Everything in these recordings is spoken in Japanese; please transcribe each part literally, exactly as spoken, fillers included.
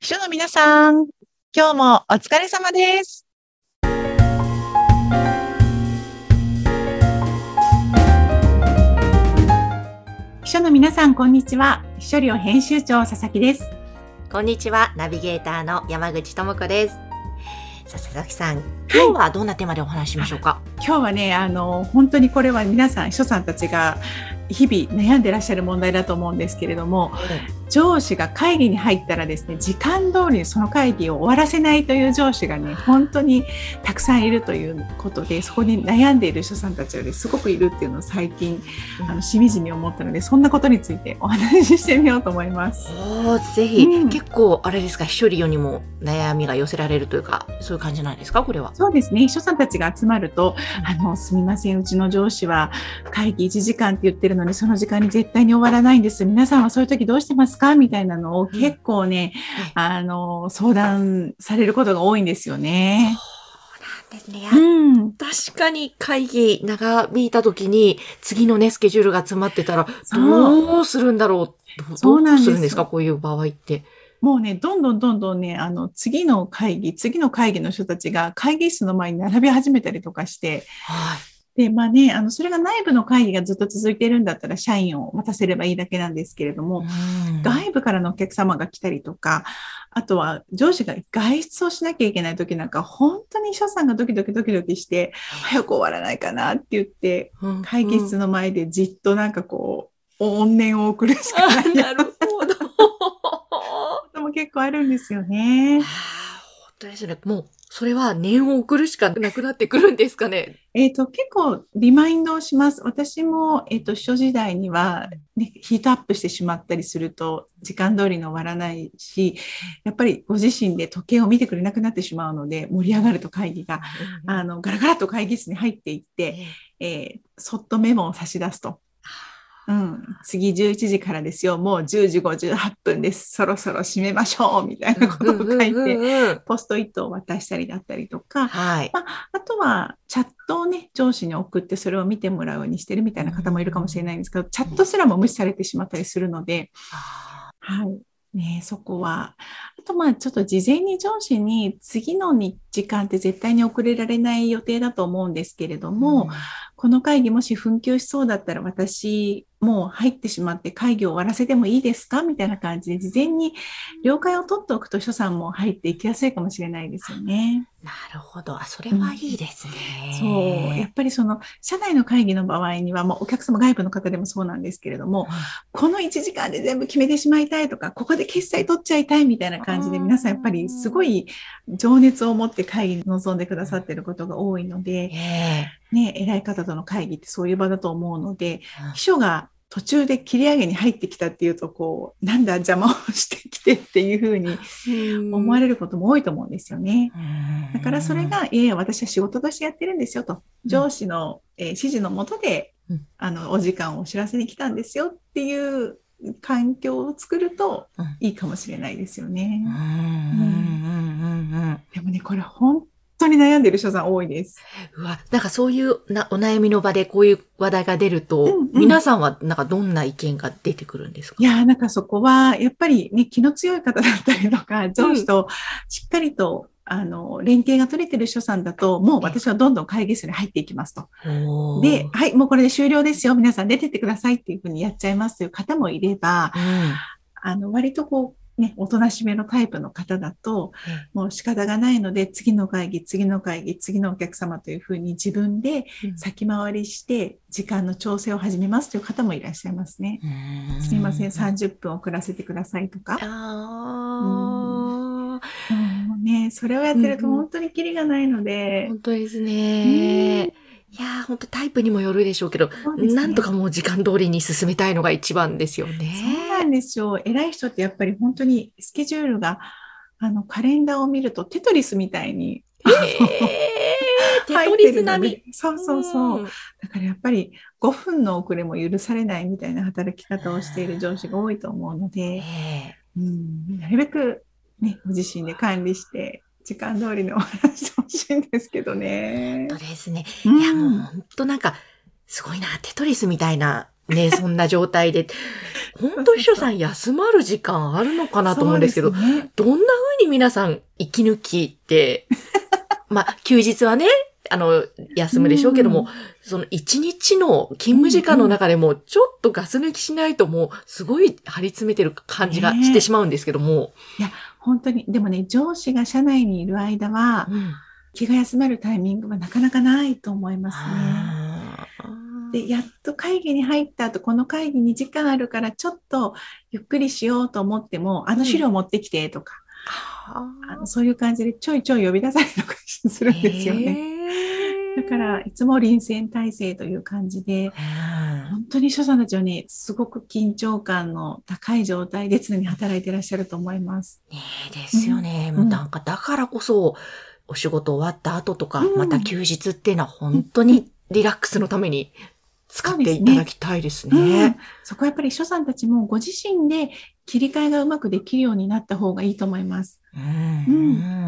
秘書の皆さん、今日もお疲れ様です。秘書の皆さん、こんにちは。秘書寮編集長佐々木です。 こんにちは。ナビゲーターの山口智子です。さあ、佐々木さん、今日はどんなテーマでお話ししましょうか。 はい、今日はね、あの本当にこれは皆さん、秘書さんたちが日々悩んでらっしゃる問題だと思うんですけれども、うん、上司が会議に入ったらですね、時間通りにその会議を終わらせないという上司がね、本当にたくさんいるということで、そこに悩んでいる秘書さんたちは、ね、すごくいるっていうのを最近、うん、あのしみじみ思ったので、そんなことについてお話ししてみようと思います。 おぜひ、うん、結構あれですか、秘書寮にも悩みが寄せられるというか、そういう感じなんですか、これは。 そうですね、秘書さんたちが集まると、あのすみません、うちの上司は会議いちじかんって言ってるのに、その時間に絶対に終わらないんです。皆さんはそういう時どうしてますかみたいなのを結構ね、うん、あの相談されることが多いんですよね。 そうなんですね。うん、確かに会議長引いた時に次のねスケジュールが詰まってたらどうするんだろう。どうするんですか、こういう場合って。 もうね、どんどんどんどんね、あの、次の会議、次の会議の人たちが会議室の前に並び始めたりとかして、はい。で、まあね、あの、それが内部の会議がずっと続いているんだったら、社員を待たせればいいだけなんですけれども、外部からのお客様が来たりとか、あとは上司が外出をしなきゃいけない時なんか、本当に秘書さんがドキドキドキドキして、早く終わらないかなって言って、会議室の前でじっとなんかこう、怨念を送るしかない。 なるほど。 も結構あるんですよね。 本当ですね。もうそれは念を送るしかなくなってくるんですかね。 えっと結構リマインドをします。私もえっと秘書時代には、ね、ヒートアップしてしまったりすると時間通りに終わらないし、やっぱりご自身で時計を見てくれなくなってしまうので、盛り上がると会議が、うん、あのガラガラと会議室に入っていって、えー、そっとメモを差し出すと。うん、次じゅういちじからですよ。もうじゅうじごじゅうはっぷんです。そろそろ締めましょうみたいなことを書いて、ポストイットを渡したりだったりとか、はいまあ、あとはチャットをね、上司に送ってそれを見てもらうようにしてるみたいな方もいるかもしれないんですけど、チャットすらも無視されてしまったりするので、はいね、そこは。あと、まあ、ちょっと事前に上司に次の時間って絶対に遅れられない予定だと思うんですけれども、うん、この会議もし紛糾しそうだったら私もう入ってしまって会議を終わらせてもいいですかみたいな感じで事前に了解を取っておくと秘書さんも入っていきやすいかもしれないですよね。 なるほど。あ、それはいいですね。 うん、そう。やっぱりその、社内の会議の場合には、もうお客様外部の方でもそうなんですけれども、うん、このいちじかんで全部決めてしまいたいとか、ここで決済取っちゃいたいみたいな感じで、皆さんやっぱりすごい情熱を持って会議に臨んでくださっていることが多いので、ね、偉い方との会議ってそういう場だと思うので、秘書が途中で切り上げに入ってきたっていうと、こう、なんだ邪魔をしてきてっていうふうに思われることも多いと思うんですよね。だからそれが、いやいや、私は仕事としてやってるんですよと、上司の、えー、指示のもとで、あの、お時間をお知らせに来たんですよっていう環境を作るといいかもしれないですよね。でもね、これ本当に悩んでる人さん多いです。 うわ、なんかそういうなお悩みの場でこういう話題が出ると、うんうん、皆さんはなんかどんな意見が出てくるんですか？ いや、なんかそこはやっぱりね、気の強い方だったりとか、上司としっかりと、うんあの、連携が取れてる秘書さんだと、もう私はどんどん会議室に入っていきますと。で、はい、もうこれで終了ですよ。皆さん出てってくださいっていうふうにやっちゃいますという方もいれば、うん、あの、割とこう、ね、おとなしめのタイプの方だと、もう仕方がないので、次の会議、次の会議、次のお客様というふうに自分で先回りして、時間の調整を始めますという方もいらっしゃいますね。すみません、さんじゅっぷん遅らせてくださいとか。あうんね、それをやってると本当にキリがないので。 うん、本当ですね。いやー、本当タイプにもよるでしょうけど、ね、なんとかもう時間通りに進めたいのが一番ですよね。 そうなんですよ。偉い人ってやっぱり本当にスケジュールが、あの、カレンダーを見るとテトリスみたいに、 テトリス並み。 そうそうそう。だからやっぱりごふんの遅れも許されないみたいな働き方をしている上司が多いと思うので、うん、なるべく、ね、ご自身で管理して、時間通りにお話してほしいんですけどね。 本当ですね。うん、いや、もう本当なんか、すごいな、テトリスみたいなね、そんな状態で。本当秘書さん休まる時間あるのかなと思うんですけど、ね、どんな風に皆さん息抜きって、まあ、休日はね、あの、休むでしょうけども、うん、その一日の勤務時間の中でも、ちょっとガス抜きしないともう、すごい張り詰めてる感じがしてしまうんですけども。ね、 いや、本当に、でもね、上司が社内にいる間は、うん、気が休まるタイミングはなかなかないと思いますね。で、やっと会議に入った後、この会議にじかんあるから、ちょっとゆっくりしようと思っても、あの資料持ってきてとか、うん、あのそういう感じでちょいちょい呼び出されたりとかするんですよね。だから、いつも臨戦態勢という感じで、本当に秘書さんたちはね、すごく緊張感の高い状態で常に働いていらっしゃると思います。 ねえですよね。うん、なんか、だからこそ、お仕事終わった後とか、うん、また休日っていうのは本当にリラックスのために使っていただきたいですね。 そうですね。うん、そこはやっぱり秘書さんたちもご自身で切り替えがうまくできるようになった方がいいと思います。うん、うん、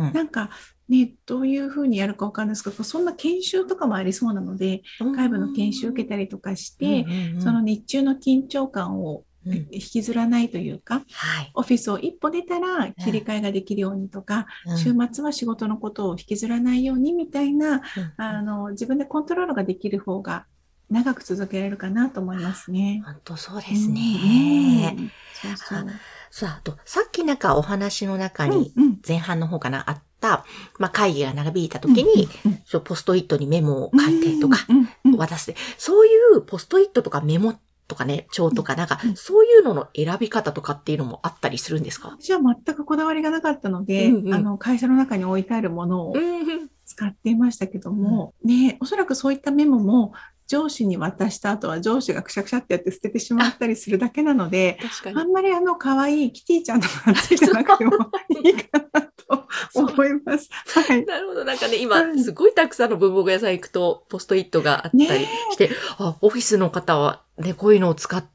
なんかね、どういうふうにやるかわかんないですけど、そんな研修とかもありそうなので、外部の研修受けたりとかして、その日中の緊張感を引きずらないというか、うん、はい、オフィスを一歩出たら切り替えができるようにとか、うん、週末は仕事のことを引きずらないようにみたいな、うん、あの自分でコントロールができる方が長く続けられるかなと思いますね。 本当そうですね。 うんうん、そうそう。 さあ、あと、さっきなんかお話の中に、前半の方かな、あった、まあ、会議が長引いた時に、うんうんうん、ポストイットにメモを書いてとか、渡す、うんうんうん。そういうポストイットとかメモとかね、帳とかなんか、そういうのの選び方とかっていうのもあったりするんですか？ 私は全くこだわりがなかったので、うんうん、あの、会社の中に置いてあるものを使っていましたけども、うん、ね、おそらくそういったメモも、上司に渡した後は上司がくしゃくしゃってやって捨ててしまったりするだけなので、あんまりあの可愛いキティちゃんとかついてなくてもいいかなと思います。はい。 なるほど。なんかね、今、すごいたくさんの文房具屋さん行くと、ポストイットがあったりして、あ、オフィスの方はね、こういうのを使って、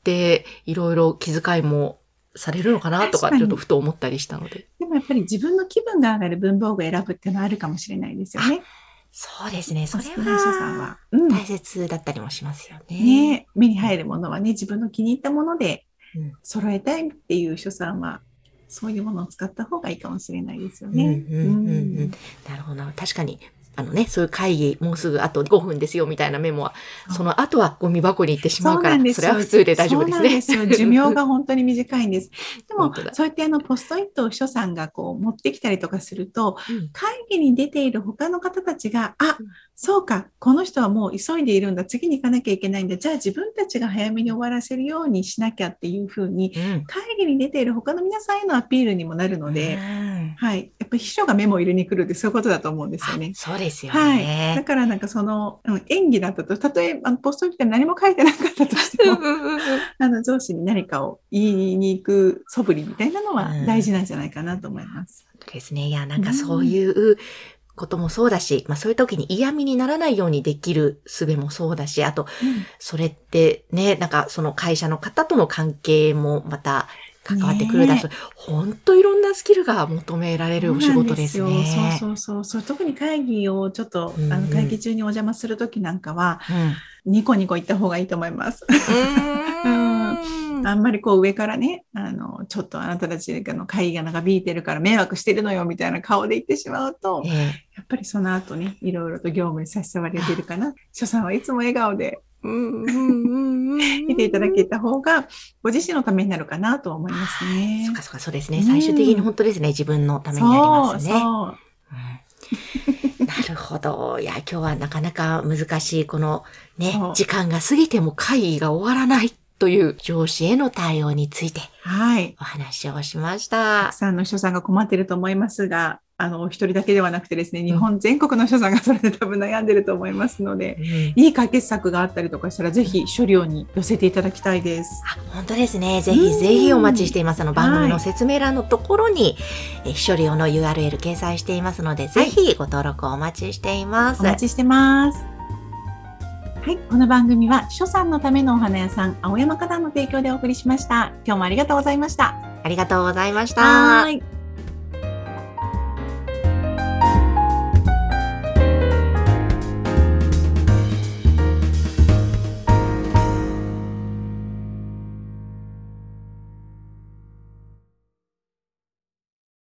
いろいろ気遣いもされるのかなとか、ちょっとふと思ったりしたので。 でもやっぱり自分の気分が上がる文房具を選ぶっていうのはあるかもしれないですよね。 そうですね。それは大切だったりもしますよね。 うん、ね、目に入るものはね、自分の気に入ったもので揃えたいっていう秘書さんは、そういうものを使った方がいいかもしれないですよね。 なるほど。確かに。あのね、そういう会議、もうすぐあとごふんですよみたいなメモは、その後はゴミ箱に行ってしまうから、それは普通で大丈夫ですね。 そうなんですよ。寿命が本当に短いんです。でも、そうやってあの、ポストイットを秘書さんがこう持ってきたりとかすると、うん、会議に出ている他の方たちが、あ、そうか、この人はもう急いでいるんだ、次に行かなきゃいけないんだ、じゃあ自分たちが早めに終わらせるようにしなきゃっていうふうに、うん、会議に出ている他の皆さんへのアピールにもなるので、うん、はい。やっぱり秘書がメモを入れに来るってそういうことだと思うんですよね。 そうですよね。 はい。だからなんかその、うん、演技だったと、たとえあのポストイットに何も書いてなかったとしても、あの上司に何かを言いに行く素振りみたいなのは大事なんじゃないかなと思います。 うん、そうですね。いや、なんかそういうこともそうだし、うん、まあそういう時に嫌味にならないようにできる術もそうだし、あと、うん、それってね、なんかその会社の方との関係もまた、関わってくるだし、本当いろんなスキルが求められるお仕事ですね。 そうそうそう。特に会議をちょっと、うん、あの会議中にお邪魔するときなんかは、うん、ニコニコ言った方がいいと思います。うん、あんまりこう上からね、あの、ちょっとあなたたちの会議が長引いてるから迷惑してるのよみたいな顔で言ってしまうと、えー、やっぱりその後ね、いろいろと業務に差し障りが出るかな。所さんはいつも笑顔で、見ていただけた方が、ご自身のためになるかなと思いますね。 そっかそっか、そうですね。最終的に本当ですね。自分のためになりますね。そうそう、うん、なるほど。いや、今日はなかなか難しい、このね、時間が過ぎても会議が終わらないという上司への対応について、はい。お話をしました。 たくさんの秘書さんが困っていると思いますが、あの、お一人だけではなくてですね、日本全国の秘書さんがそれで多分悩んでると思いますので、うん、いい解決策があったりとかしたら、ぜひ処理に寄せていただきたいです。 あ、本当ですね。ぜひぜひお待ちしています。あの、番組の説明欄のところに、はい、秘書料の ユーアールエル 掲載していますので、ぜひご登録をお待ちしています。 お待ちしてます。はい。この番組は、秘書さんのためのお花屋さん、青山花壇の提供でお送りしました。今日もありがとうございました。 ありがとうございました。 はい。